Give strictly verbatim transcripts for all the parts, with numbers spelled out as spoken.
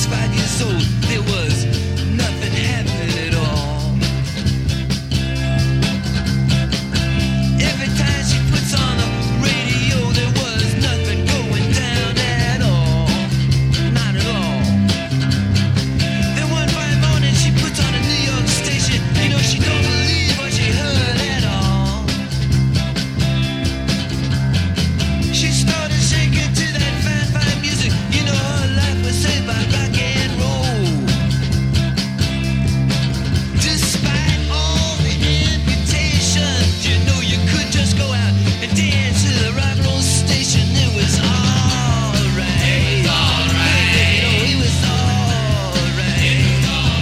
sixty-five years old, there was nothing happening at all. Every time she puts on the radio, there was nothing going down at all. Not at all. Then one fine morning she puts on a New York station. You know she don't believe what she heard at all. She started shaking to that fine, fine music. You know her life was saved by rock and roll. Despite all the invitations, you know you could just go out and dance to the rock and roll station. It was alright. It was alright. You know, it was alright. It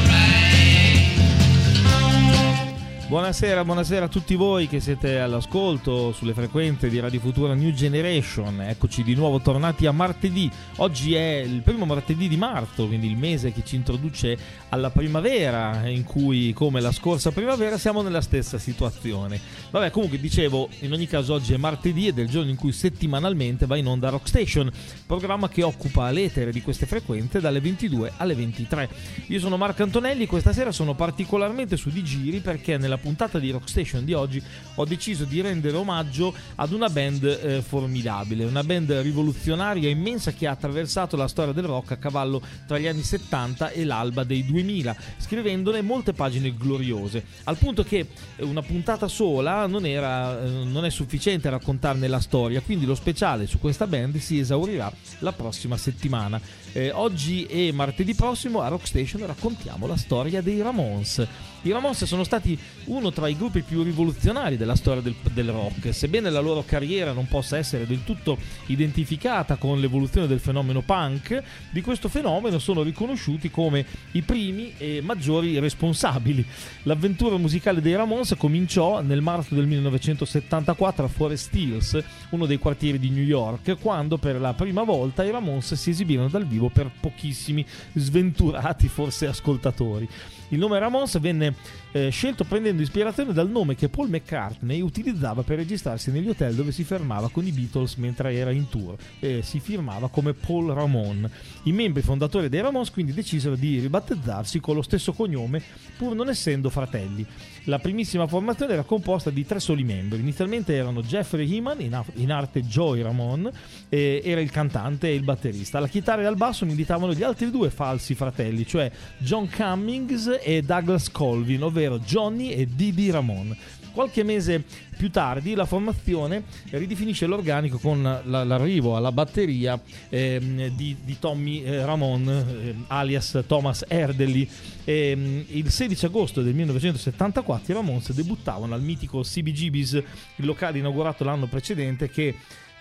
was alright. Buonasera, buonasera a tutti voi che siete all'ascolto sulle frequenze di Radio Futura New Generation. Eccoci di nuovo tornati a martedì. Oggi è il primo martedì di marzo, quindi il mese che ci introduce alla primavera, in cui, come la scorsa primavera, siamo nella stessa situazione. Vabbè, comunque dicevo, in ogni caso oggi è martedì ed è il giorno in cui settimanalmente va in onda Rock Station, programma che occupa l'etere di queste frequenze dalle ventidue alle ventitré. Io sono Marco Antonelli e questa sera sono particolarmente su di giri perché nella puntata di Rock Station di oggi ho deciso di rendere omaggio ad una band eh, formidabile, una band rivoluzionaria immensa che ha attraversato la storia del rock a cavallo tra gli anni settanta e l'alba dei duemila, scrivendone molte pagine gloriose, al punto che una puntata sola non era eh, non è sufficiente a raccontarne la storia, quindi lo speciale su questa band si esaurirà la prossima settimana. Eh, oggi e martedì prossimo a Rock Station raccontiamo la storia dei Ramones. I Ramones sono stati uno tra i gruppi più rivoluzionari della storia del, del rock, sebbene la loro carriera non possa essere del tutto identificata con l'evoluzione del fenomeno punk. Di questo fenomeno sono riconosciuti come i primi e maggiori responsabili. L'avventura musicale dei Ramones cominciò nel marzo del millenovecentosettantaquattro a Forest Hills, uno dei quartieri di New York, quando per la prima volta i Ramones si esibirono dal vivo per pochissimi sventurati forse ascoltatori. Il nome Ramones venne eh, scelto prendendo ispirazione dal nome che Paul McCartney utilizzava per registrarsi negli hotel dove si fermava con i Beatles mentre era in tour. Eh, si firmava come Paul Ramon. I membri fondatori dei Ramones quindi decisero di ribattezzarsi con lo stesso cognome pur non essendo fratelli. La primissima formazione era composta di tre soli membri. Inizialmente erano Jeffrey Heeman, in, a- in arte Joey Ramone, eh, era il cantante e il batterista. Alla chitarra e al basso militavano gli altri due falsi fratelli, cioè John Cummings e Douglas Colvin, ovvero Johnny e Didi Ramone. Qualche mese più tardi la formazione ridefinisce l'organico con la, l'arrivo alla batteria eh, di, di Tommy eh, Ramone, eh, alias Thomas Erdelli. Eh, il sedici agosto del millenovecentosettantaquattro i Ramones debuttavano al mitico C B G B's, il locale inaugurato l'anno precedente, che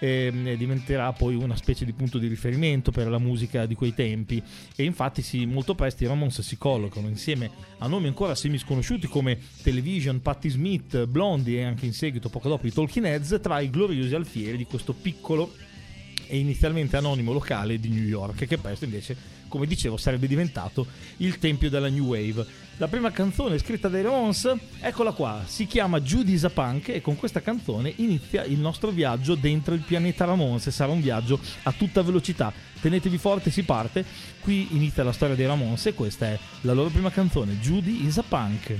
E diventerà poi una specie di punto di riferimento per la musica di quei tempi. E infatti sì, molto presto i Ramones si collocano insieme a nomi ancora semi sconosciuti come Television, Patti Smith, Blondie e anche in seguito poco dopo i Talking Heads tra i gloriosi alfieri di questo piccolo e inizialmente anonimo locale di New York, che presto invece, come dicevo, sarebbe diventato il tempio della New Wave. La prima canzone scritta dai Ramones, eccola qua, si chiama Judy is a Punk e con questa canzone inizia il nostro viaggio dentro il pianeta Ramones. Sarà un viaggio a tutta velocità, tenetevi forte, si parte. Qui inizia la storia dei Ramones e questa è la loro prima canzone, Judy is a Punk.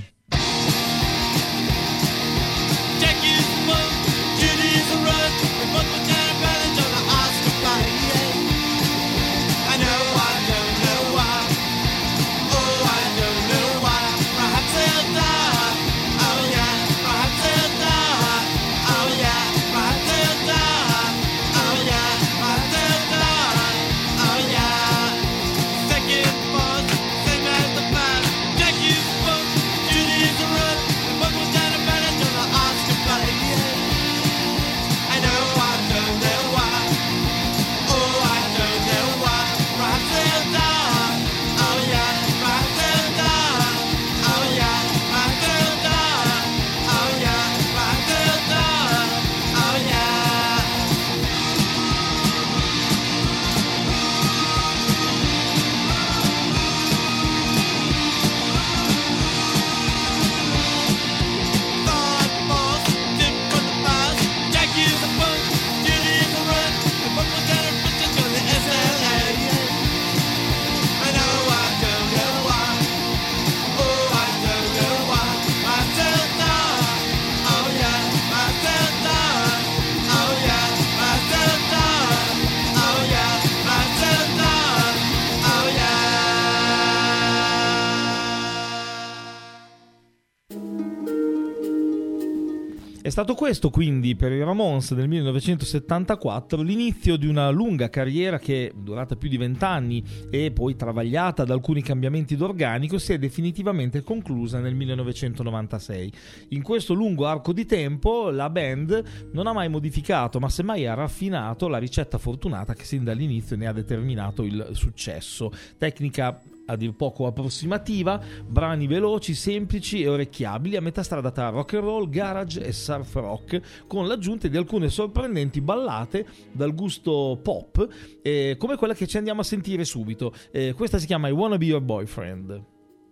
Judy stato questo quindi per i Ramones nel millenovecentosettantaquattro l'inizio di una lunga carriera che, durata più di vent'anni e poi travagliata da alcuni cambiamenti d'organico, si è definitivamente conclusa nel millenovecentonovantasei. In questo lungo arco di tempo la band non ha mai modificato, ma semmai ha raffinato la ricetta fortunata che sin dall'inizio ne ha determinato il successo. Tecnica a dir poco approssimativa, brani veloci, semplici e orecchiabili a metà strada tra rock and roll, garage e surf rock, con l'aggiunta di alcune sorprendenti ballate dal gusto pop, eh, come quella che ci andiamo a sentire subito. Eh, questa si chiama I Wanna Be Your Boyfriend.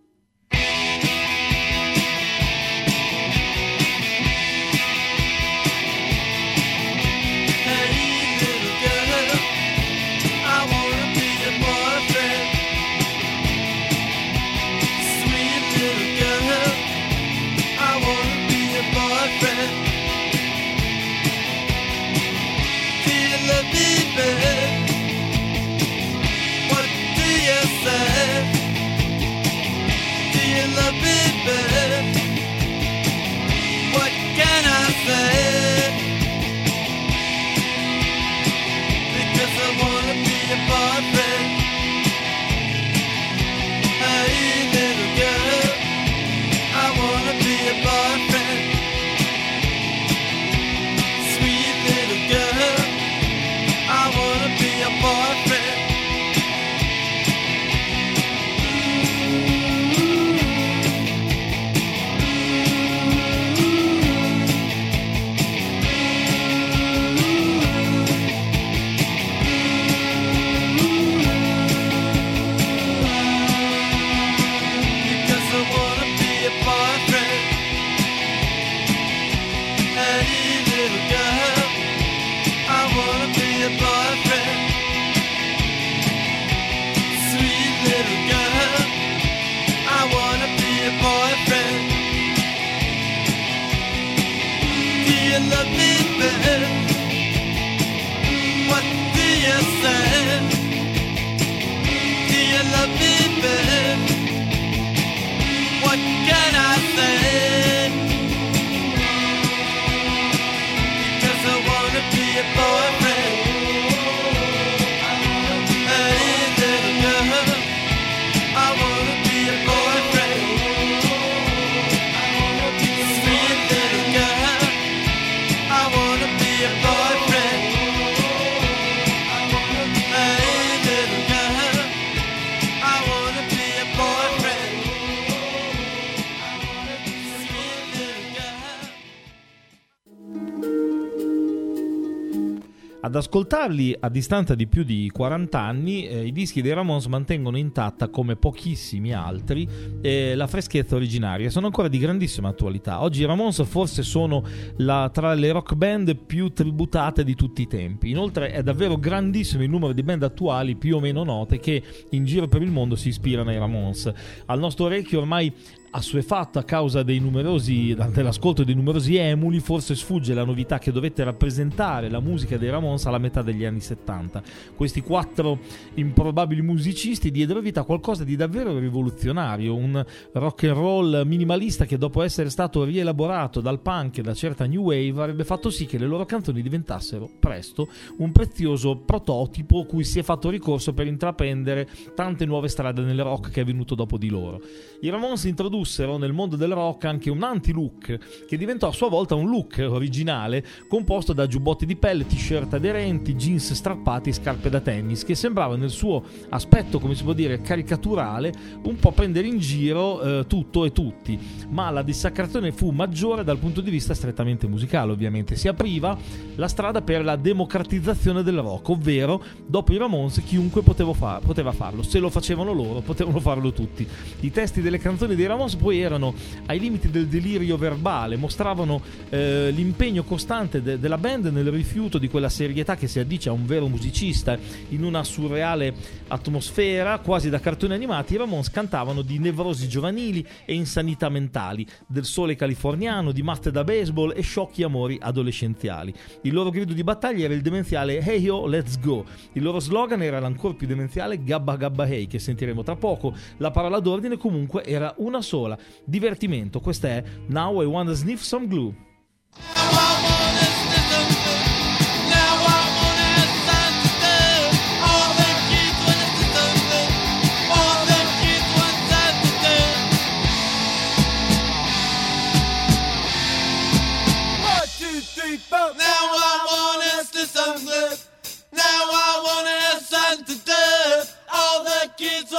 Ad ascoltarli a distanza di più di quaranta anni, eh, i dischi dei Ramones mantengono intatta, come pochissimi altri, eh, la freschezza originaria. Sono ancora di grandissima attualità. Oggi i Ramones forse sono la, tra le rock band più tributate di tutti i tempi. Inoltre è davvero grandissimo il numero di band attuali più o meno note che in giro per il mondo si ispirano ai Ramones. Al nostro orecchio ormai assuefatto a causa dei numerosi dell'ascolto dei numerosi emuli, forse sfugge la novità che dovette rappresentare la musica dei Ramones alla metà degli anni settanta. Questi quattro improbabili musicisti diedero vita a qualcosa di davvero rivoluzionario, un rock and roll minimalista che, dopo essere stato rielaborato dal punk e da certa new wave, avrebbe fatto sì che le loro canzoni diventassero presto un prezioso prototipo cui si è fatto ricorso per intraprendere tante nuove strade nel rock che è venuto dopo di loro. I Ramones introdussero nel mondo del rock anche un anti-look che diventò a sua volta un look originale, composto da giubbotti di pelle, t-shirt aderenti, jeans strappati e scarpe da tennis, che sembrava nel suo aspetto, come si può dire, caricaturale, un po' prendere in giro eh, tutto e tutti. Ma la dissacrazione fu maggiore dal punto di vista strettamente musicale. Ovviamente si apriva la strada per la democratizzazione del rock, ovvero dopo i Ramones chiunque poteva, far, poteva farlo. Se lo facevano loro, potevano farlo tutti. I testi delle canzoni dei Ramones poi erano ai limiti del delirio verbale, mostravano eh, l'impegno costante de- della band nel rifiuto di quella serietà che si addice a un vero musicista. In una surreale atmosfera quasi da cartoni animati, i Ramones cantavano di nevrosi giovanili e insanità mentali, del sole californiano, di matte da baseball e sciocchi amori adolescenziali. Il loro grido di battaglia era il demenziale Hey Yo, Let's Go. Il loro slogan era l'ancor più demenziale Gabba Gabba Hey, che sentiremo tra poco. La parola d'ordine comunque era una sola: divertimento. Questa è Now I Wanna Sniff Some Glue.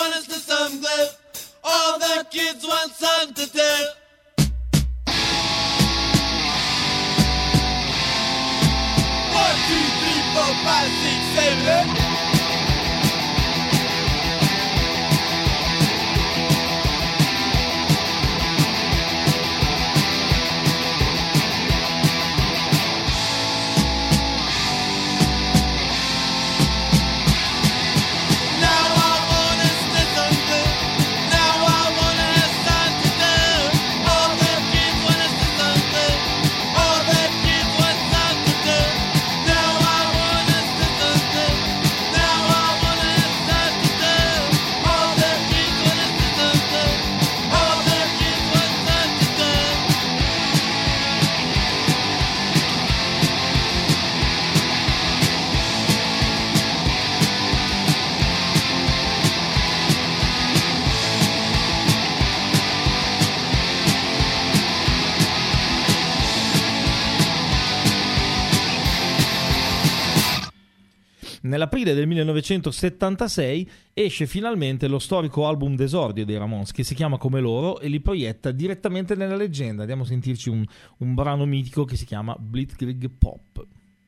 want is to some glue. All the kids want something to do. One, two, three, four, five, six, seven, eight. Nell'aprile del millenovecentosettantasei esce finalmente lo storico album d'esordio dei Ramones, che si chiama come loro e li proietta direttamente nella leggenda. Andiamo a sentirci un, un brano mitico che si chiama Blitzkrieg Pop.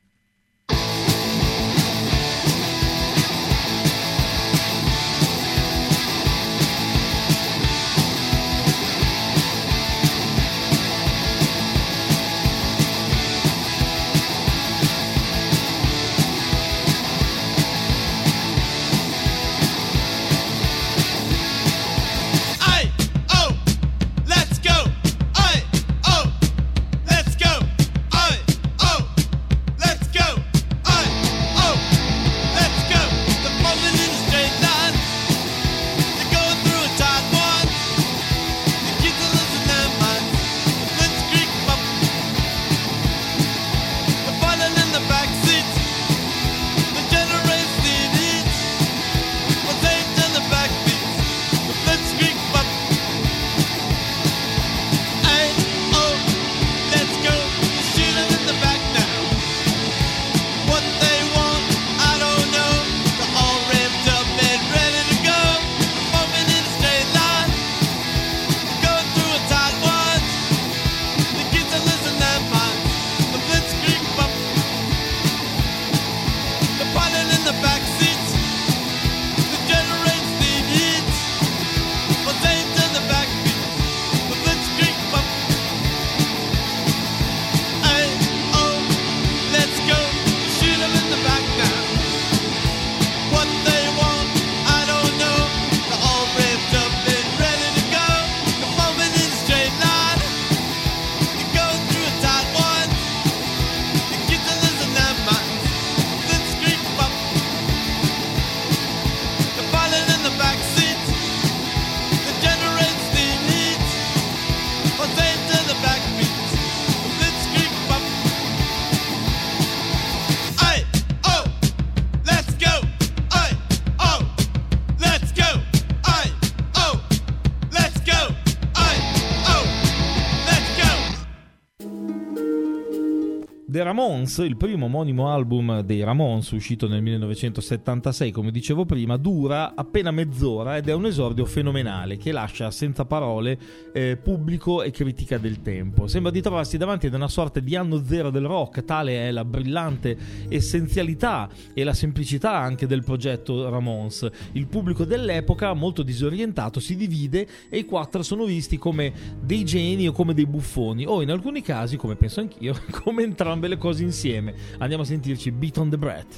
The Ramones, il primo omonimo album dei Ramones uscito nel millenovecentosettantasei, come dicevo prima, dura appena mezz'ora ed è un esordio fenomenale che lascia senza parole eh, pubblico e critica del tempo. Sembra di trovarsi davanti ad una sorta di anno zero del rock, tale è la brillante essenzialità e la semplicità anche del progetto Ramones. Il pubblico dell'epoca, molto disorientato, si divide e i quattro sono visti come dei geni o come dei buffoni, o in alcuni casi, come penso anch'io, come entrambe le cose insieme. Andiamo a sentirci Beat on the Breath.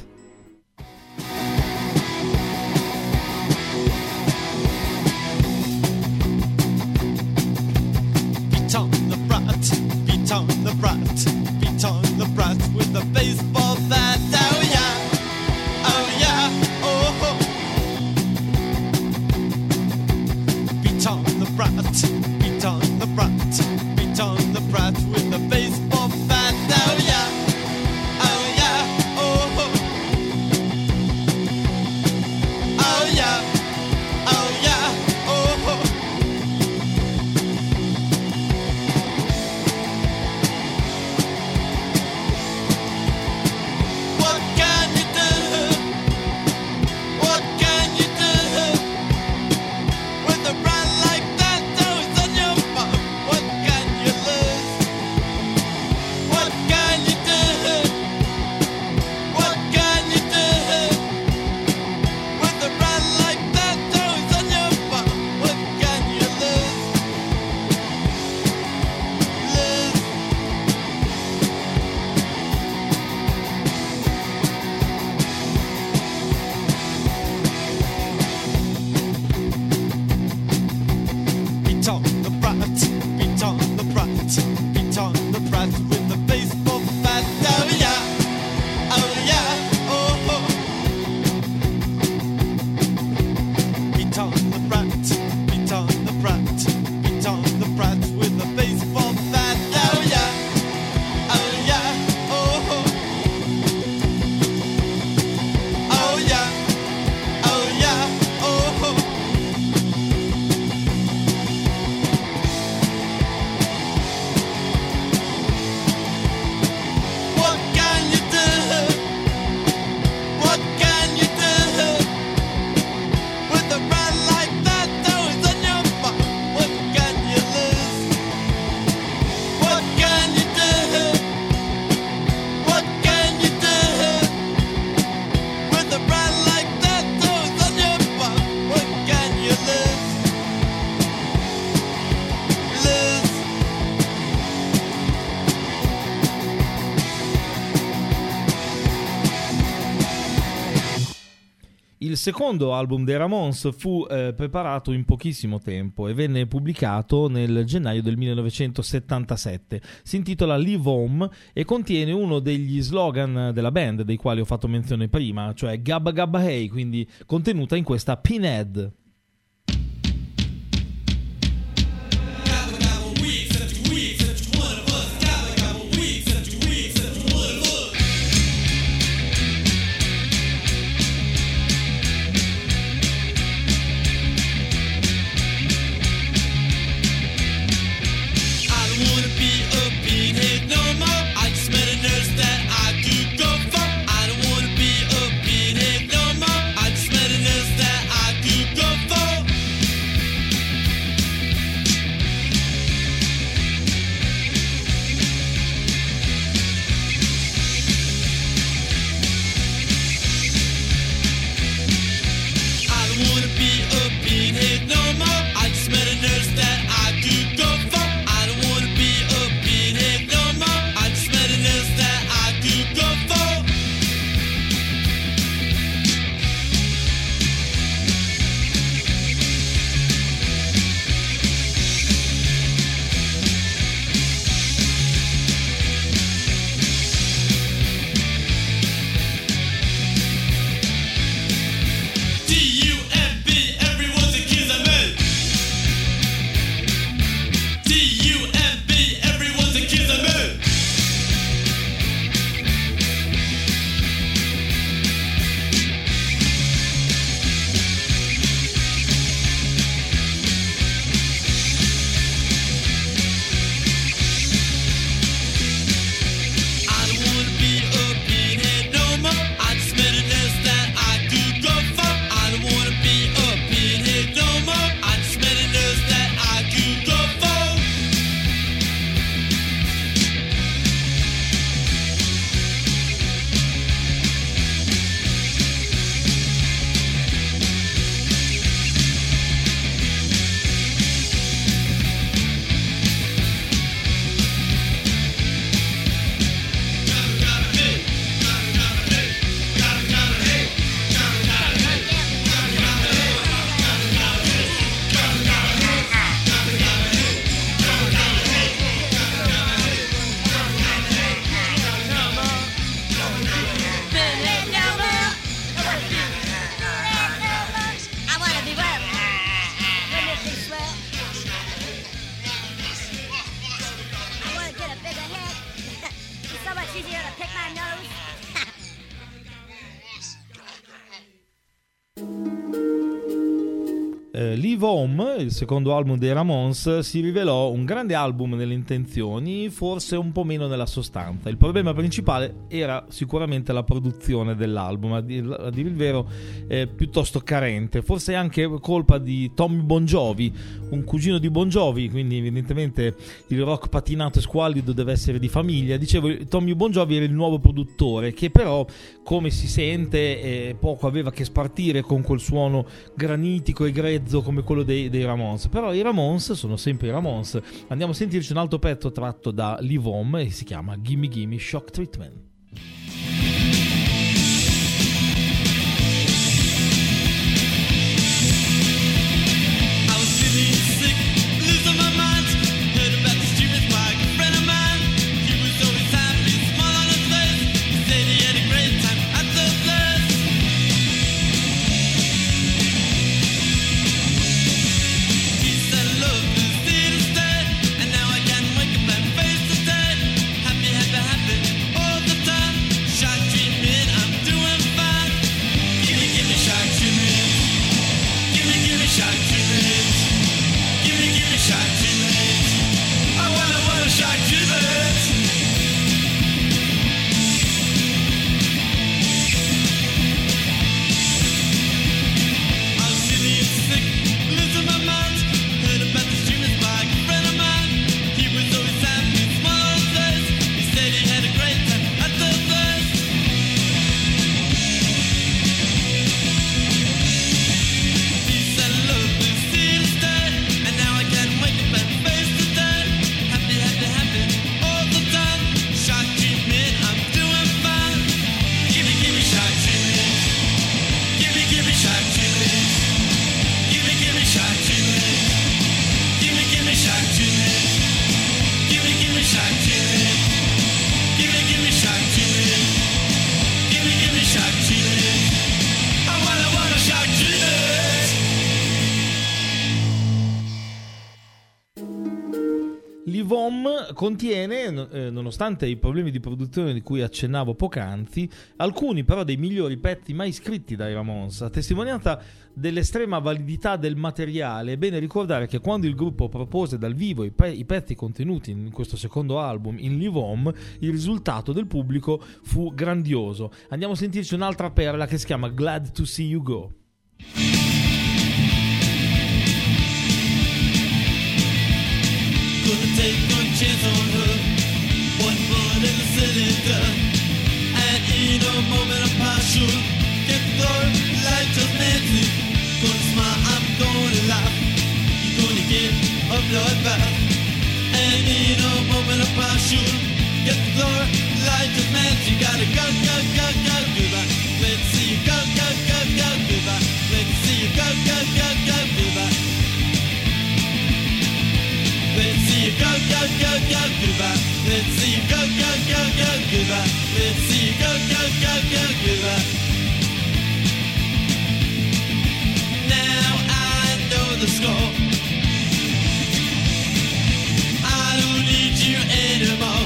Beat on the brat, beat on the brat, beat on the brat with a baseball bat. Oh yeah, oh yeah, oh. Beat on the brat, beat on the brat, beat on the brat with a baseball bat. Oh yeah, oh yeah, oh. beat on the brat, beat on the brat, beat on the brat with the baseball bat. Oh yeah, oh yeah, oh oh. Beat on the brat, beat on the brat, beat on the brat with the baseball bat. Oh yeah, oh yeah, oh oh. Oh yeah, oh yeah, oh oh. What can you do? What can you do with a rat like that always on your back? What can you lose? What can you do? What can you do with a rat like that always on your back? What can you lose? Lose. Il secondo album dei Ramones fu eh, preparato in pochissimo tempo e venne pubblicato nel gennaio del millenovecentosettantasette. Si intitola Live Home e contiene uno degli slogan della band, dei quali ho fatto menzione prima, cioè Gabba Gabba Hey, quindi contenuta in questa Pinhead. I don't wanna be a pinhead no more. I just met a nurse that I could go for. I don't wanna be a pinhead no more. I just met a nurse that I could go for. I don't wanna be a pinhead no more. I just met a nurse that I could go for. I don't wanna be a pinhead no more. I just met a nurse that I could go for. D U M B, everyone's a kiss of me. D U M B, everyone's a kiss of me. I don't wanna be a pinhead no more. I just met a nurse that I could go for. I don't wanna be a pinhead no more. I just met a nurse that I could go for. I want to be where? Wouldn't it be swell? I want to get a bigger head. It's so much easier to pick my nose. Eh, Live Home, il secondo album dei Ramones, si rivelò un grande album nelle intenzioni, forse un po' meno nella sostanza. Il problema principale era sicuramente la produzione dell'album, a dir, a dire il vero eh, piuttosto carente, forse anche colpa di Tommy Bon Jovi, un cugino di Bon Jovi, quindi evidentemente il rock patinato e squallido deve essere di famiglia. Dicevo, Tommy Bon Jovi era il nuovo produttore, che però, come si sente, eh, poco aveva che spartire con quel suono granitico e grezzo come quello dei, dei Ramones. Però i Ramones sono sempre i Ramones. Andiamo a sentirci un altro pezzo tratto da Live Home e si chiama Gimme Gimme Shock Treatment. I was feeling sick, Live Home contiene, no- eh, nonostante i problemi di produzione di cui accennavo poc'anzi, alcuni però dei migliori pezzi mai scritti dai Ramones. A testimonianza dell'estrema validità del materiale, è bene ricordare che quando il gruppo propose dal vivo i, pe- i pezzi contenuti in questo secondo album, in Live Home, il risultato del pubblico fu grandioso. Andiamo a sentirci un'altra perla che si chiama Glad to See You Go. Gonna take one chance on her. One bullet in the cylinder. And in a moment of passion, get the glory like just Nancy. Gonna smile, I'm gonna laugh. You're gonna get a bloodbath. And in a moment of passion, get the glory like just Nancy. Gotta go, go, go, go, goodbye. Let's see you go, go, go, go, goodbye. Let's see you go, go, go, go, goodbye. Let's see you go, go, go, go, goodbye. Let's see you go, go, go, go, goodbye. Let's see you go, go, go, go, goodbye. Now I know the score. I don't need you anymore.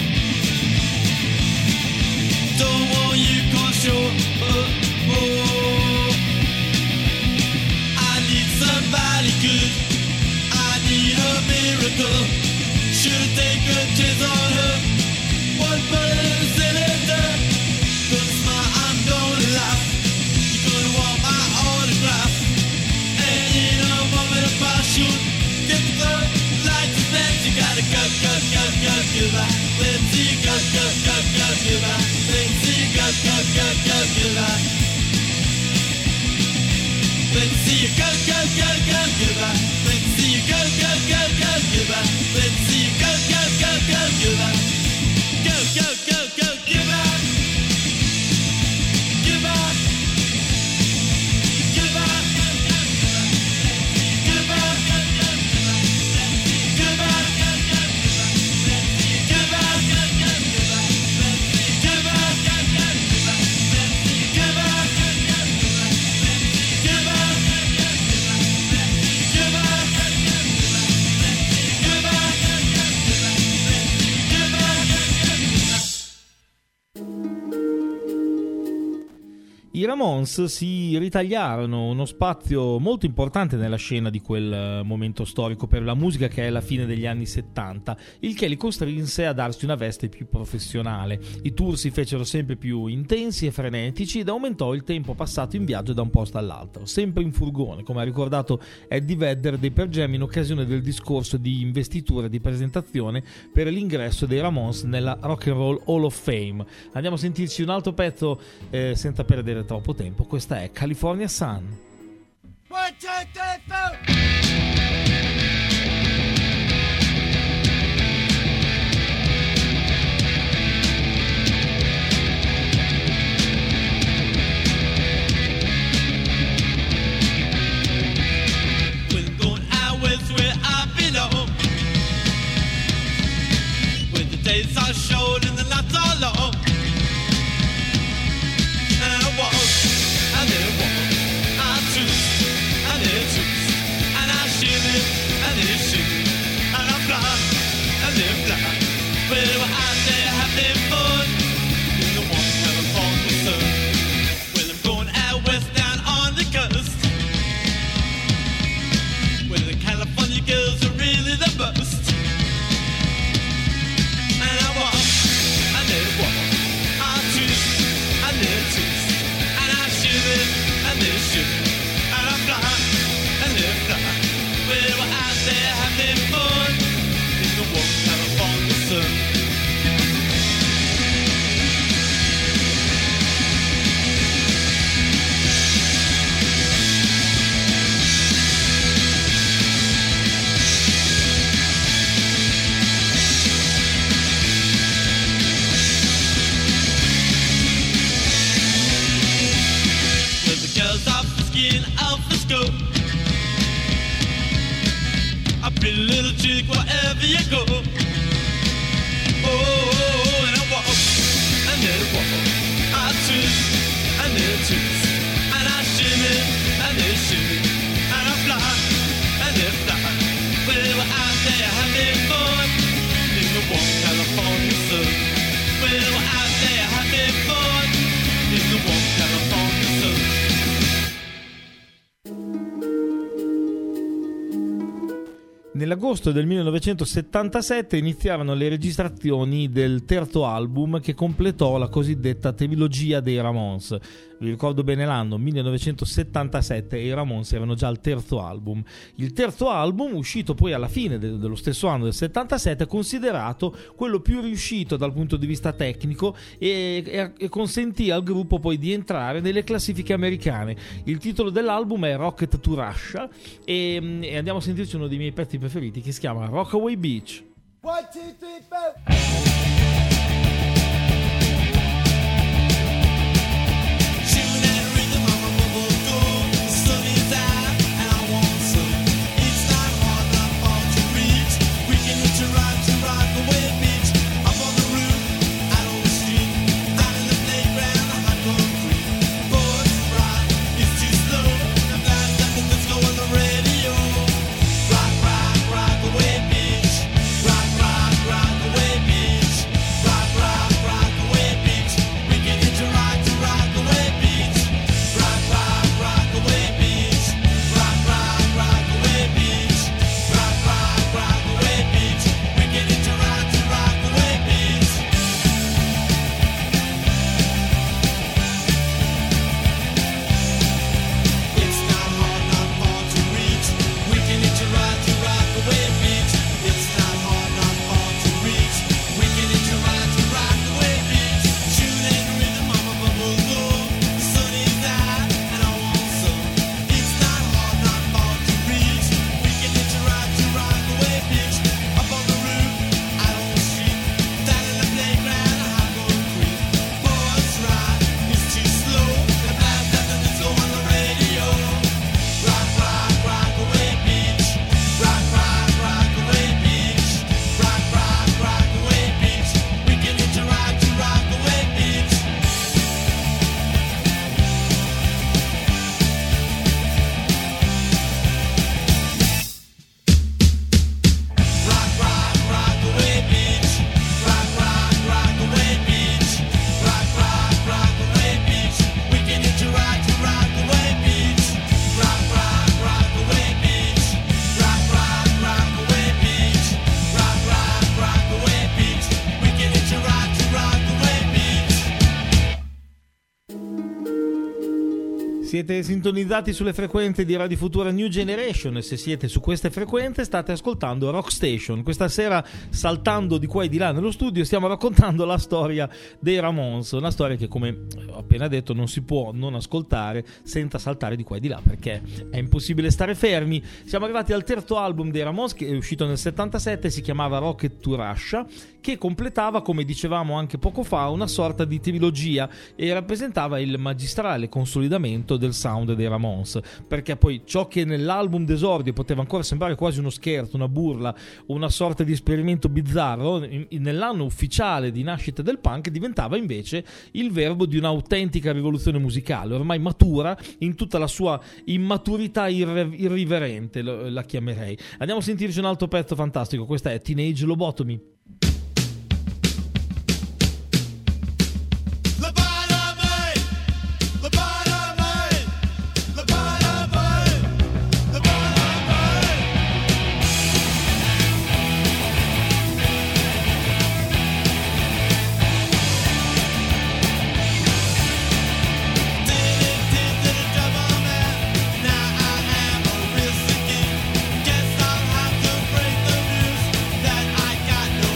Don't want you cause you're oh, oh. I need somebody good. Need a miracle. Should take a chance on her. One bullet in the cylinder. Gonna smile, I'm gonna laugh. You're gonna want my autograph. And in a moment of passion, get the glow like the best. You gotta go, go, go, go, goodbye. Let's see you go, go, go, go, goodbye. Let's see you go, go, go, go, goodbye. Let's see you go, go, go, go, goodbye. Let's see you go, go, go, go, goodbye. Let's see you go, go, go, go, goodbye. Go, go, go, go, goodbye. Goodbye. Goodbye. Goodbye. Goodbye. I Ramones si ritagliarono uno spazio molto importante nella scena di quel momento storico per la musica che è la fine degli anni settanta, il che li costrinse a darsi una veste più professionale. I tour si fecero sempre più intensi e frenetici ed aumentò il tempo passato in viaggio da un posto all'altro, sempre in furgone, come ha ricordato Eddie Vedder dei Pearl Jam in occasione del discorso di investitura di presentazione per l'ingresso dei Ramones nella Rock and Roll Hall of Fame. Andiamo a sentirci un altro pezzo eh, senza perdere troppo tempo. Questa è California Sun. One, two, three, four. Days are short and the nights are long. And I walk, and then I walk, I twist, and then I twist, and I shimmy, and then I shimmy, and I fly, and then I fly. Well, we're out there having fun, in the one heaven on the sun. Well, I'm going out west down on the coast, where the California girls are really the best. And I fly, and then fly. Well, we're out there having fun in the warm California sun. A pretty little chick wherever you go. Oh, and I walk, and then I walk, I twist, and then I twist, and I shimmy, and then I shimmy, and I fly, and then I fly. Well, we're out there having fun Nell'agosto del millenovecentosettantasette iniziarono le registrazioni del terzo album che completò la cosiddetta trilogia dei Ramones. Vi ricordo bene l'anno, millenovecentosettantasette, e i Ramones erano già al terzo album. Il terzo album, uscito poi alla fine de- dello stesso anno del settantasette, è considerato quello più riuscito dal punto di vista tecnico e, e, e consentì al gruppo poi di entrare nelle classifiche americane. Il titolo dell'album è Rocket to Russia e, e andiamo a sentirci uno dei miei pezzi preferiti che si chiama Rockaway Beach. One, two, three, four. Siete sintonizzati sulle frequenze di Radio Futura New Generation e se siete su queste frequenze state ascoltando Rock Station. Questa sera, saltando di qua e di là nello studio, stiamo raccontando la storia dei Ramones, una storia che, come ho appena detto, non si può non ascoltare senza saltare di qua e di là, perché è impossibile stare fermi. Siamo arrivati al terzo album dei Ramones, che è uscito nel settantasette, si chiamava Rocket to Russia, che completava, come dicevamo anche poco fa, una sorta di trilogia e rappresentava il magistrale consolidamento del sound dei Ramones, perché poi ciò che nell'album d'esordio poteva ancora sembrare quasi uno scherzo, una burla, una sorta di esperimento bizzarro, in, in, nell'anno ufficiale di nascita del punk diventava invece il verbo di un'autentica rivoluzione musicale, ormai matura in tutta la sua immaturità irre, irriverente, lo, la chiamerei. Andiamo a sentirci un altro pezzo fantastico, questa è Teenage Lobotomy. Guess I'll have to break the news that I got no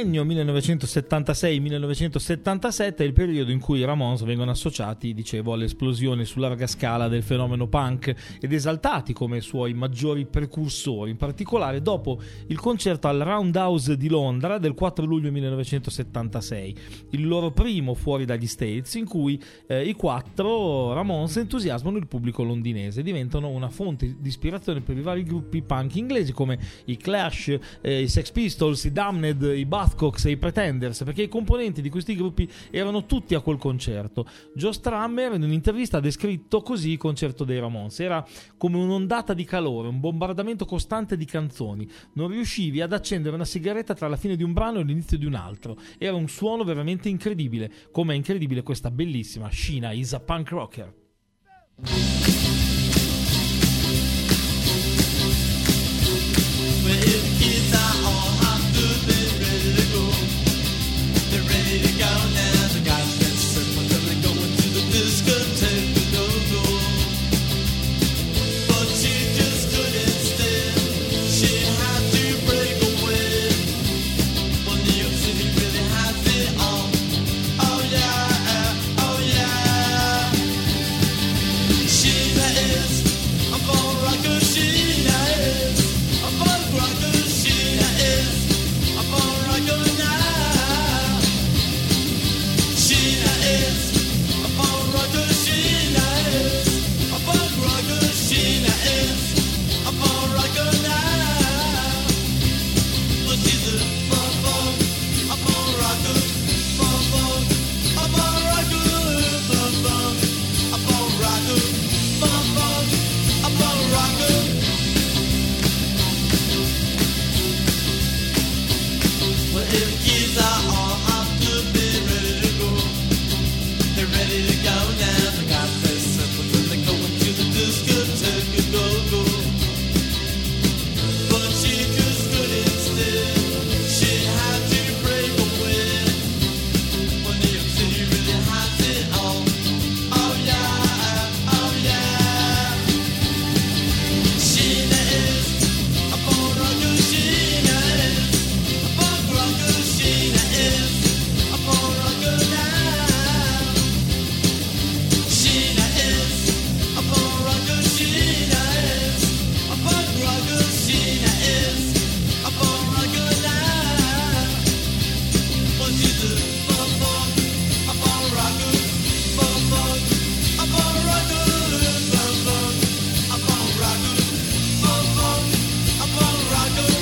triennio millenovecentosettantasei millenovecentosettantasette è il periodo in cui i Ramones vengono associati, dicevo, all'esplosione su larga scala del fenomeno punk ed esaltati come suoi maggiori precursori, in particolare dopo il concerto al Roundhouse di Londra del quattro luglio millenovecentosettantasei, il loro primo fuori dagli States, in cui eh, i quattro Ramones entusiasmano il pubblico londinese e diventano una fonte di ispirazione per i vari gruppi punk inglesi come i Clash, eh, i Sex Pistols, i Damned, i Buzzcocks e i Pretenders, perché i componenti di questi gruppi erano tutti a quel concerto. Joe Strummer in un'intervista ha descritto così il concerto dei Ramones: era come un'ondata di calore, un bombardamento costante di canzoni, non riuscivi ad accendere una sigaretta tra la fine di un brano e l'inizio di un altro, era un suono veramente incredibile, come è incredibile questa bellissima Sheena is a Punk Rocker. Well, if the kids are all hot, good, they're ready to go. They're ready to go now. They got that simple, they're going to the discotheque to go go. But she just couldn't stand. She had to break away. Well, New York City really has it all. Oh yeah, oh yeah. Sheena is a bone rocker. Sheena is a bone rocker. Sheena is a bone rocker now. Sheena is a bone rocker. Sheena is a bone rocker. Sheena is a bone rocker now. Well, she's a bone bone, a bone rocker, bone bone, a bone rocker, bone bone, a bone rocker, bone bone, a bone rocker. Well, if the kids are all hot, good, they're ready to go. They're ready to go now. They got their simple, they're going to the discotheque to go go. But she just couldn't stand. She had to break away. Well, New York City really has it all. Oh yeah, oh yeah. Sheena is a bone rocker. Sheena is a bone rocker. Sheena is a bone rocker now. Sheena is a bone rocker. Sheena is a bone rocker. Sheena is a bone rocker now. Well, she's a bone bone, a bone rocker, bone bone, a bone rocker, bone bone, a bone rocker, bone bone, a bone rocker.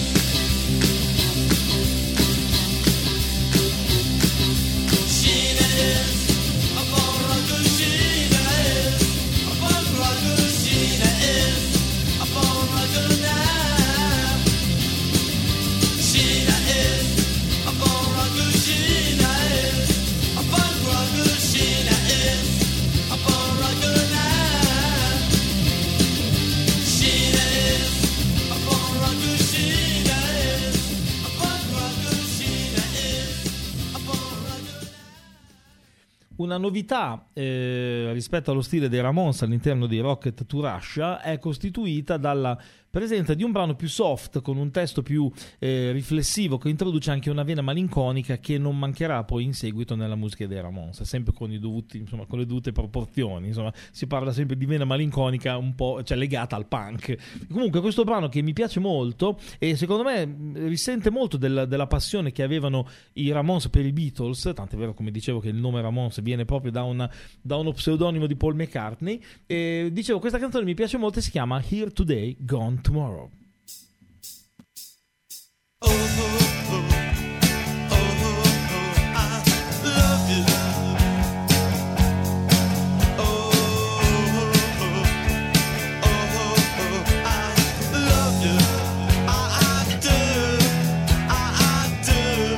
Sheena is a bone rocker. Sheena is a bone rocker. Sheena is a bone rocker now. Sheena is a bone rocker. Sheena is a bone rocker. Sheena is a bone rocker now. Sheena is a bone rocker. Sheena is a bone rocker. Sheena is a bone rocker. Una novità eh, rispetto allo stile dei Ramones all'interno di Rocket to Russia è costituita dalla presenza di un brano più soft, con un testo più eh, riflessivo, che introduce anche una vena malinconica che non mancherà poi in seguito nella musica dei Ramones, sempre con, i dovuti, insomma, con le dovute proporzioni. Insomma, si parla sempre di vena malinconica un po', cioè, legata al punk. Comunque questo brano, che mi piace molto e secondo me risente molto del, della passione che avevano i Ramones per i Beatles, tanto è vero, come dicevo, che il nome Ramones viene proprio da, una, da uno pseudonimo di Paul McCartney. E dicevo, questa canzone mi piace molto e si chiama Here Today, Gone Tomorrow. Oh, oh, oh, oh, oh, oh, I love you. Oh, oh, oh, oh, oh, oh, I love you. I, I do, I, I do.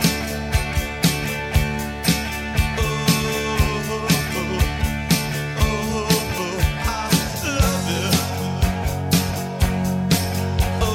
Oh, oh, oh, oh, oh, I love you. Oh,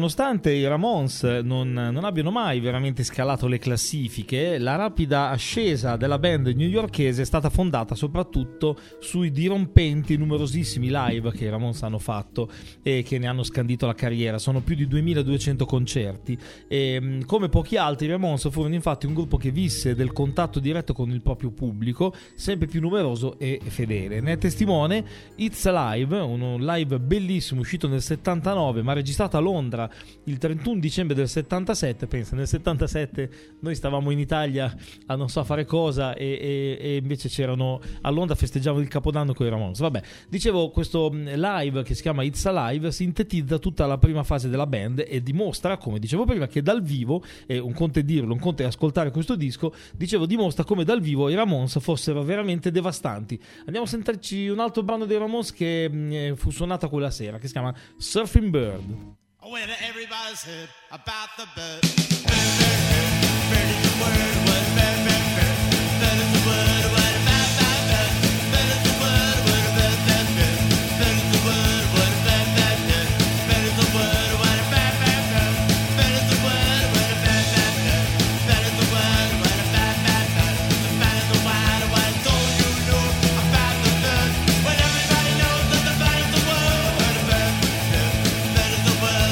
nonostante i Ramones non, non abbiano mai veramente scalato le classifiche, la rapida ascesa della band newyorkese è stata fondata soprattutto sui dirompenti numerosissimi live che i Ramones hanno fatto e che ne hanno scandito la carriera. Sono più di duemiladuecento concerti e, come pochi altri, i Ramones furono infatti un gruppo che visse del contatto diretto con il proprio pubblico, sempre più numeroso e fedele. Ne è testimone It's Alive, un live bellissimo uscito nel settantanove ma registrato a Londra il trentuno dicembre del settantasette. Pensa, nel settantasette noi stavamo in Italia a non so fare cosa e, e, e invece c'erano a Londra, festeggiavano il Capodanno con i Ramones. Vabbè, dicevo, questo live che si chiama It's Alive sintetizza tutta la prima fase della band e dimostra, come dicevo prima, che dal vivo, e un conto è dirlo, un conto è ascoltare questo disco, dicevo, dimostra come dal vivo i Ramones fossero veramente devastanti. Andiamo a sentirci un altro brano dei Ramones che mh, fu suonata quella sera, che si chiama Surfing Bird. When everybody's heard about the bird. Bird, bird, bird, bird is the word, word, bird, bird, bird. Bird is the word, word, bird, bird, bird. Bird is the word, word, bird, bird, bird. Bird is the word, word, bird, bird, bird. Bird is the word, word, bird, bird, bird. Bird is the word, word, bird, bird, bird. Bird is the word, word, bird, bird, bird. The bird is the word, word. Don't you know about the bird? When everybody knows that the bird is the word, word, bird, bird. Bird is the word.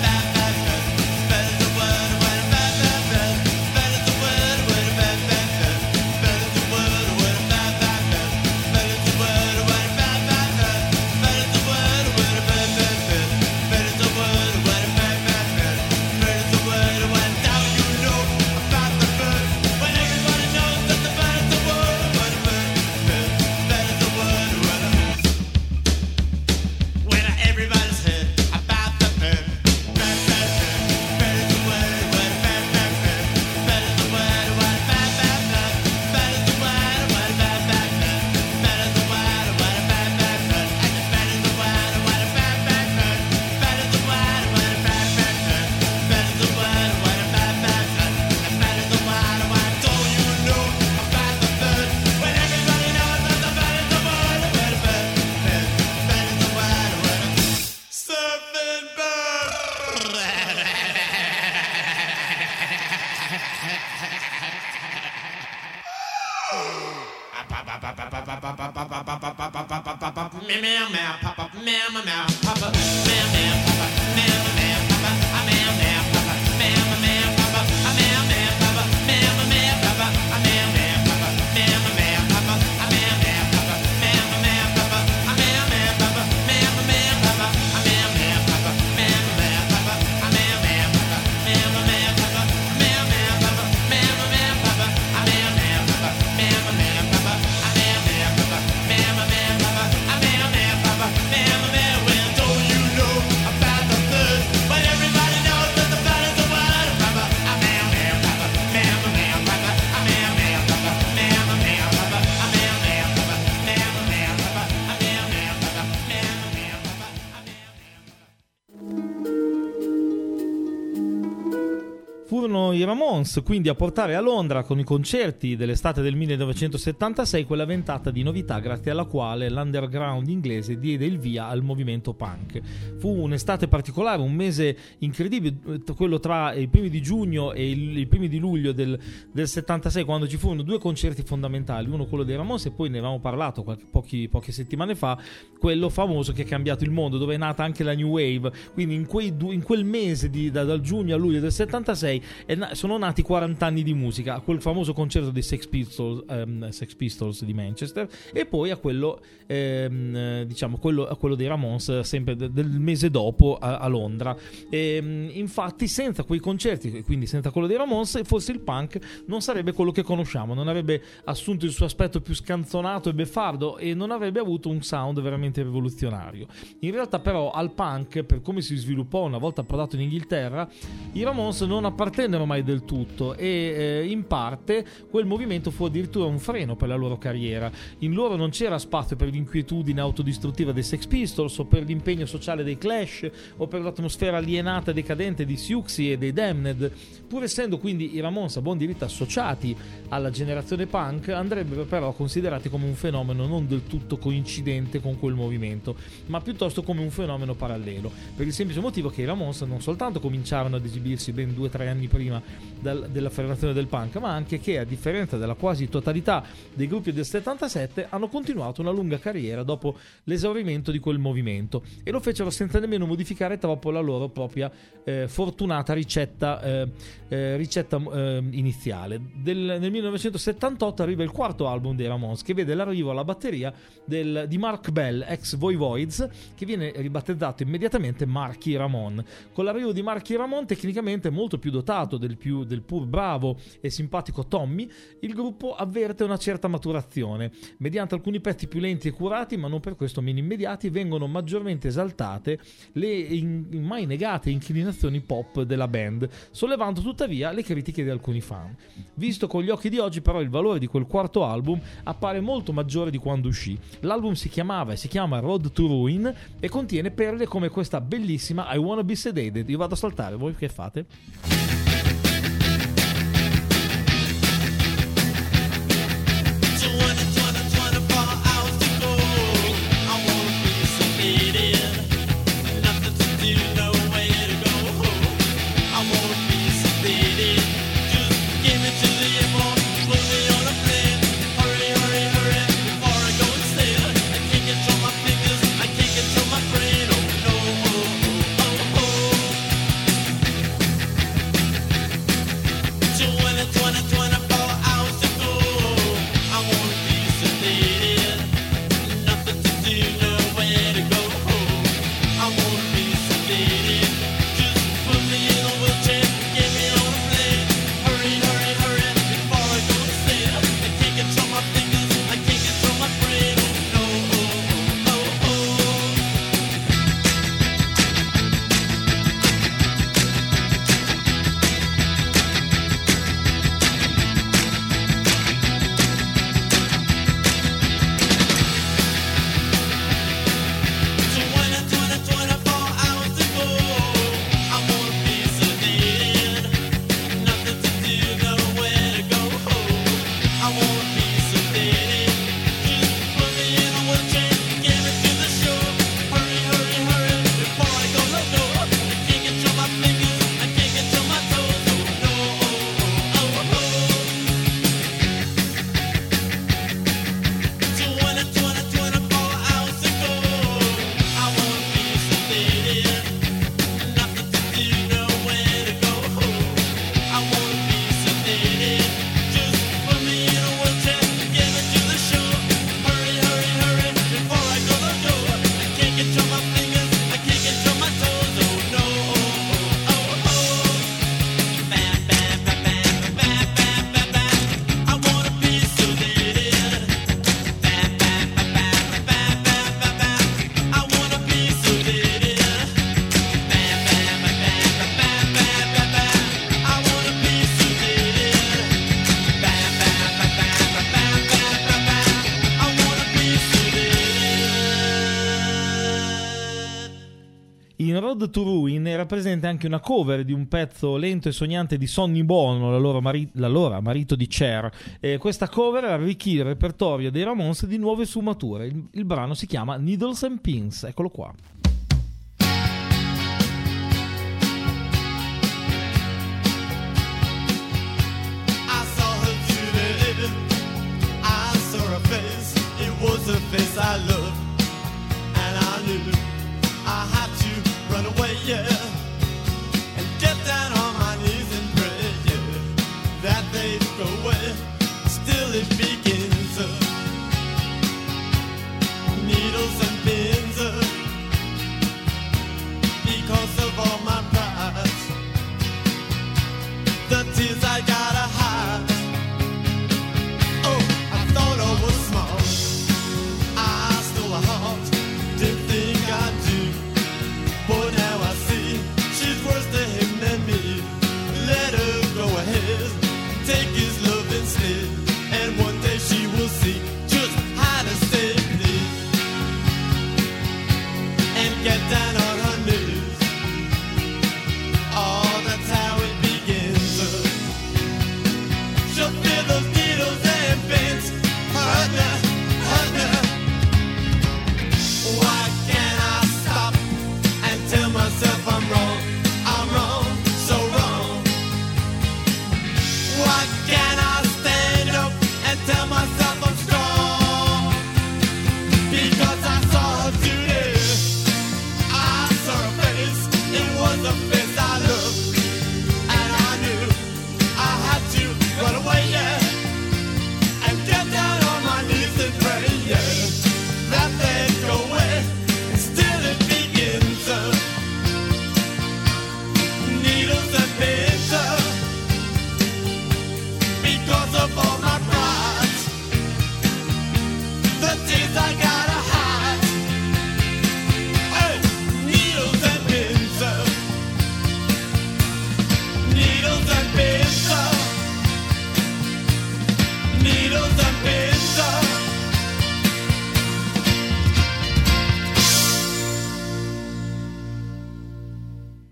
Furono i Ramones quindi a portare a Londra con i concerti dell'estate del millenovecentosettantasei quella ventata di novità grazie alla quale l'underground inglese diede il via al movimento punk. Fu un'estate particolare, un mese incredibile, quello tra i primi di giugno e il, i primi di luglio del, del settantasei, quando ci furono due concerti fondamentali, uno quello dei Ramones e poi ne avevamo parlato qualche, pochi, poche settimane fa, quello famoso che ha cambiato il mondo, dove è nata anche la New Wave. Quindi in, quei due, in quel mese di, da, dal giugno a luglio del settantasei Na- sono nati quaranta anni di musica, a quel famoso concerto dei Sex Pistols, um, Sex Pistols di Manchester, e poi a quello ehm, diciamo quello, a quello dei Ramones sempre de- del mese dopo a, a Londra. E, infatti senza quei concerti, quindi senza quello dei Ramones, forse il punk non sarebbe quello che conosciamo, non avrebbe assunto il suo aspetto più scanzonato e beffardo e non avrebbe avuto un sound veramente rivoluzionario. In realtà però al punk, per come si sviluppò una volta approdato in Inghilterra, i Ramones non appartennero mai del tutto e eh, in parte quel movimento fu addirittura un freno per la loro carriera. In loro non c'era spazio per l'inquietudine autodistruttiva dei Sex Pistols o per l'impegno sociale dei Clash o per l'atmosfera alienata e decadente di Siouxsie e dei Damned. Pur essendo quindi i Ramones a buon diritto associati alla generazione punk, andrebbero però considerati come un fenomeno non del tutto coincidente con quel movimento, ma piuttosto come un fenomeno parallelo, per il semplice motivo che i Ramones non soltanto cominciarono ad esibirsi ben due o tre anni prima dal, dell'affermazione del punk, ma anche che, a differenza della quasi totalità dei gruppi del settantasette, hanno continuato una lunga carriera dopo l'esaurimento di quel movimento e lo fecero senza nemmeno modificare troppo la loro propria eh, fortunata ricetta, eh, eh, ricetta eh, iniziale. Del, nel millenovecentosettantotto arriva il quarto album dei Ramones, che vede l'arrivo alla batteria del, di Mark Bell, ex Voivoids, che viene ribattezzato immediatamente Marky Ramone. Con l'arrivo di Marky Ramone, tecnicamente molto più dotato del, più, del pur bravo e simpatico Tommy, il gruppo avverte una certa maturazione. Mediante alcuni pezzi più lenti e curati, ma non per questo meno immediati, vengono maggiormente esaltate le in, mai negate inclinazioni pop della band, sollevando tuttavia le critiche di alcuni fan. Visto con gli occhi di oggi, però, il valore di quel quarto album appare molto maggiore di quando uscì. L'album si chiamava e si chiama Road to Ruin e contiene perle come questa bellissima I Wanna Be Sedated. Io vado a saltare, voi che fate? In Road to Ruin era presente anche una cover di un pezzo lento e sognante di Sonny Bono, la loro mari- l'allora marito di Cher. E questa cover arricchì il repertorio dei Ramones di nuove sfumature. Il, il brano si chiama Needles and Pins, eccolo qua. I saw her today. I saw her face. It was a face I loved, and I knew I had to run away, yeah, and get down on my knees and pray, yeah, that they'd go away. Still it begins, uh, needles and pins, uh,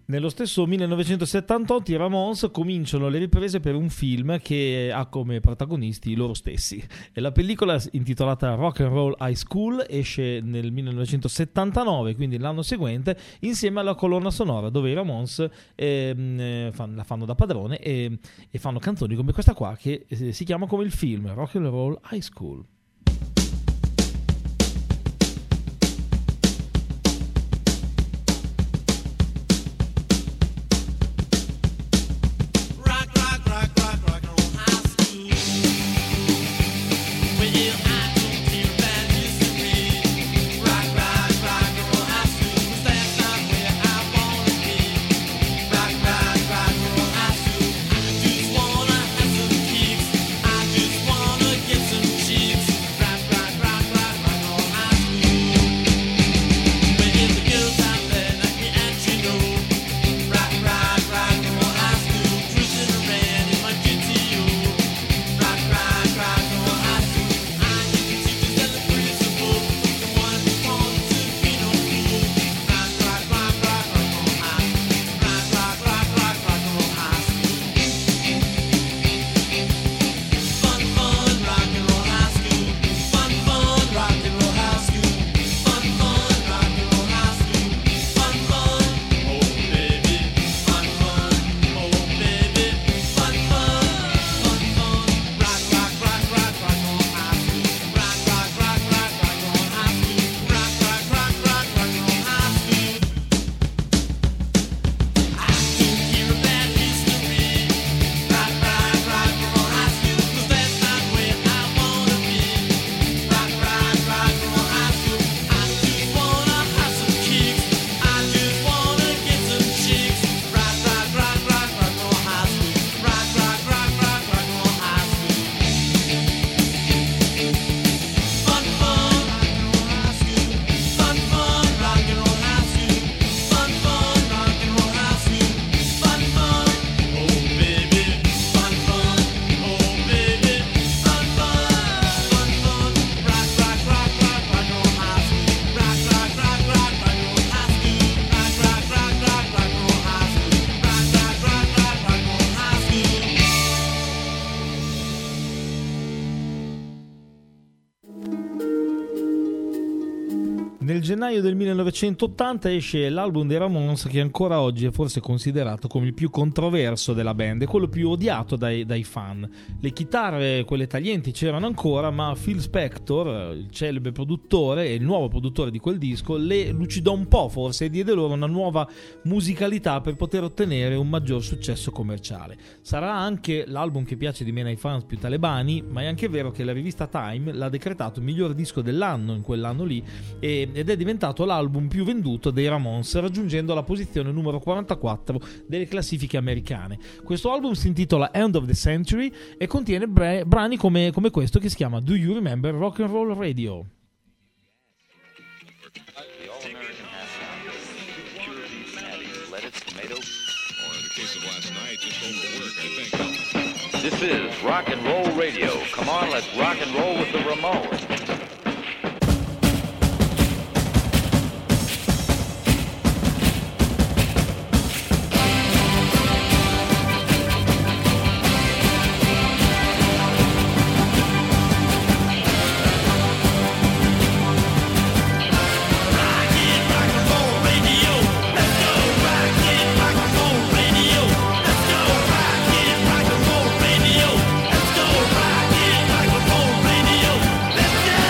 Nello stesso millenovecentosettantotto i Ramones cominciano le riprese per un film che ha come protagonisti loro stessi. E la pellicola, intitolata Rock and Roll High School, esce nel millenovecentosettantanove, quindi l'anno seguente, insieme alla colonna sonora, dove i Ramones eh, fan, la fanno da padrone e, e fanno canzoni come questa qua, che eh, si chiama come il film, Rock and Roll High School. Nel gennaio del millenovecentottanta esce l'album dei Ramones, che ancora oggi è forse considerato come il più controverso della band e quello più odiato dai, dai fan. Le chitarre, quelle taglienti, c'erano ancora, ma Phil Spector, il celebre produttore e il nuovo produttore di quel disco, le lucidò un po' forse e diede loro una nuova musicalità per poter ottenere un maggior successo commerciale. Sarà anche l'album che piace di meno ai fans più talebani, ma è anche vero che la rivista Time l'ha decretato miglior disco dell'anno in quell'anno lì, e ed è diventato l'album più venduto dei Ramones, raggiungendo la posizione numero quarantaquattro delle classifiche americane. Questo album si intitola End of the Century e contiene bre- brani come, come questo, che si chiama Do You Remember Rock and Roll Radio? This is Rock and Roll Radio. Come on, let's rock and roll with the Ramones. Let's go!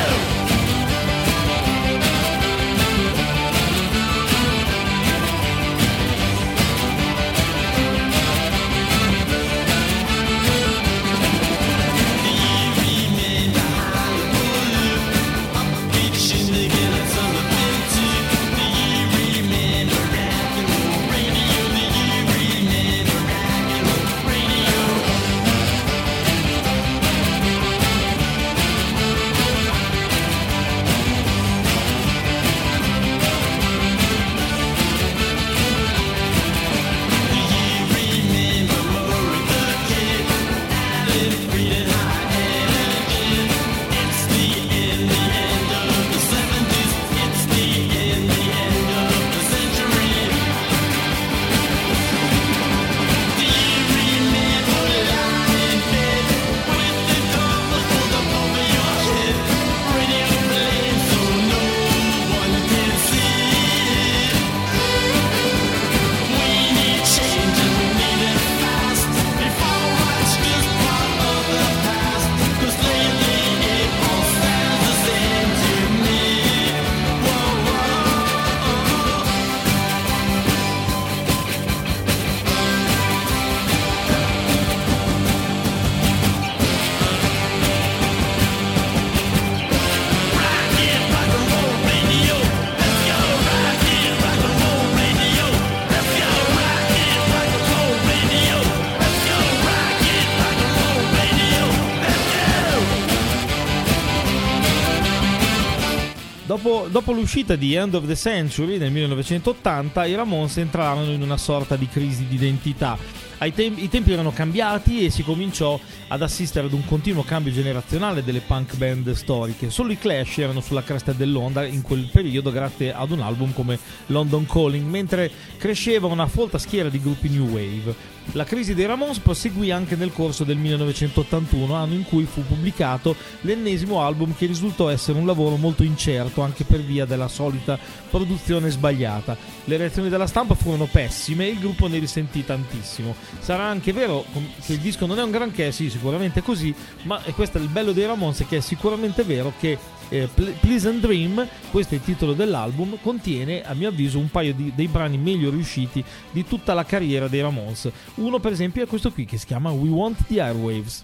Dopo, dopo l'uscita di End of the Century nel millenovecentottanta, i Ramones entrarono in una sorta di crisi di identità. Ai tem- I tempi erano cambiati e si cominciò ad assistere ad un continuo cambio generazionale delle punk band storiche. Solo i Clash erano sulla cresta dell'onda in quel periodo grazie ad un album come London Calling, mentre cresceva una folta schiera di gruppi new wave. La crisi dei Ramones proseguì anche nel corso del millenovecentottantuno, anno in cui fu pubblicato l'ennesimo album che risultò essere un lavoro molto incerto anche per via della solita produzione sbagliata. Le reazioni della stampa furono pessime e il gruppo ne risentì tantissimo. Sarà anche vero che il disco non è un granché, sì, sicuramente è così, ma e questo è il bello dei Ramones, che è sicuramente vero che eh, Pleasant Dream, questo è il titolo dell'album, contiene a mio avviso un paio di, dei brani meglio riusciti di tutta la carriera dei Ramones. Uno per esempio è questo qui che si chiama We Want the Airwaves.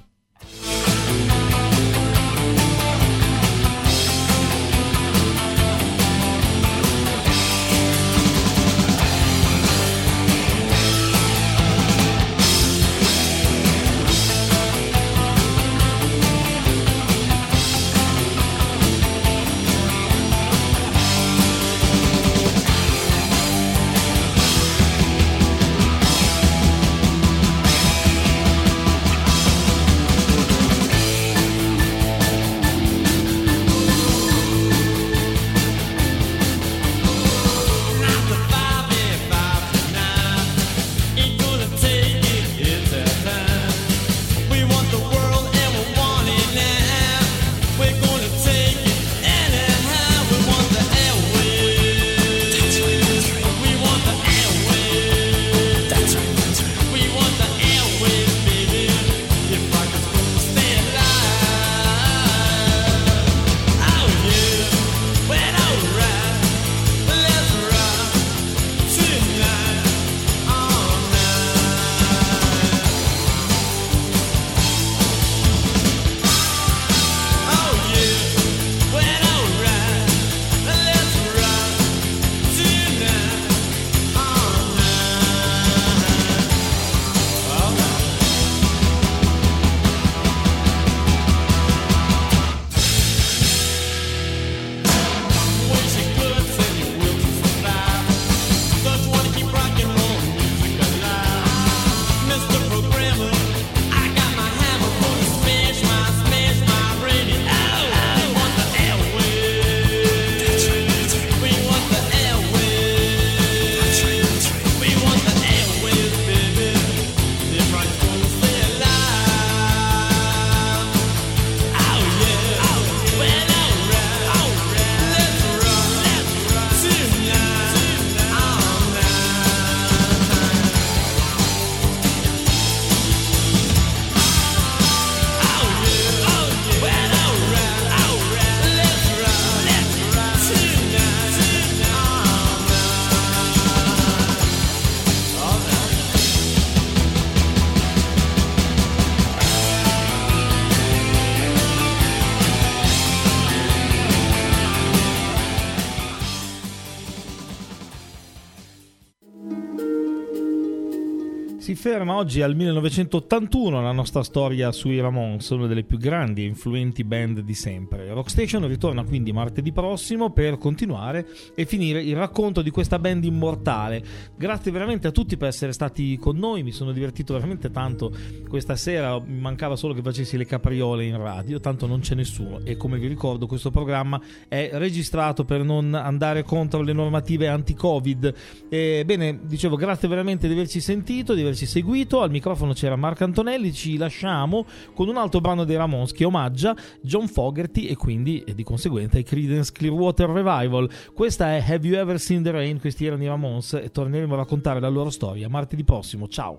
Si ferma oggi al millenovecentottantuno la nostra storia sui Ramones, una delle più grandi e influenti band di sempre. Rockstation ritorna quindi martedì prossimo per continuare e finire il racconto di questa band immortale. Grazie veramente a tutti per essere stati con noi, mi sono divertito veramente tanto questa sera, mi mancava solo che facessi le capriole in radio, tanto non c'è nessuno e come vi ricordo questo programma è registrato per non andare contro le normative anti-Covid. E, bene, dicevo, grazie veramente di averci sentito, di averci seguito. Al microfono c'era Marco Antonelli. Ci lasciamo con un altro brano dei Ramones che omaggia John Fogerty e quindi e di conseguenza i Creedence Clearwater Revival. Questa è Have You Ever Seen the Rain? Questi erano i Ramones e torneremo a raccontare la loro storia martedì prossimo. Ciao.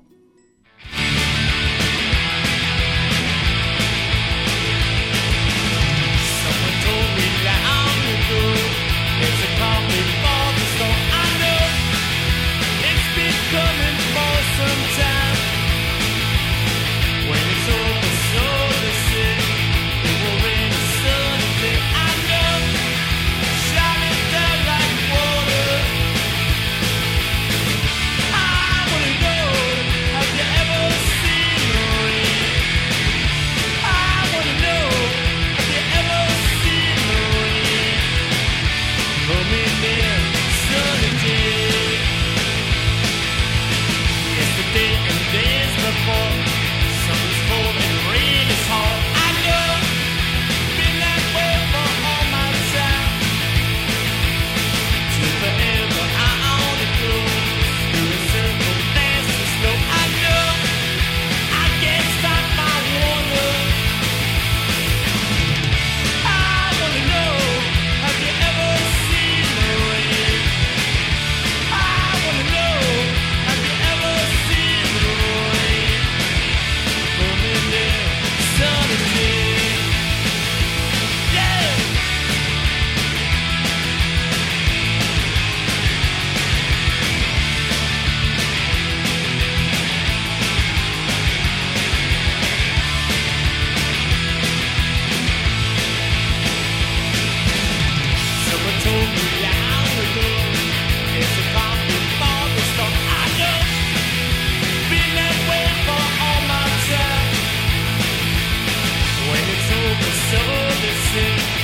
Have you ever Thank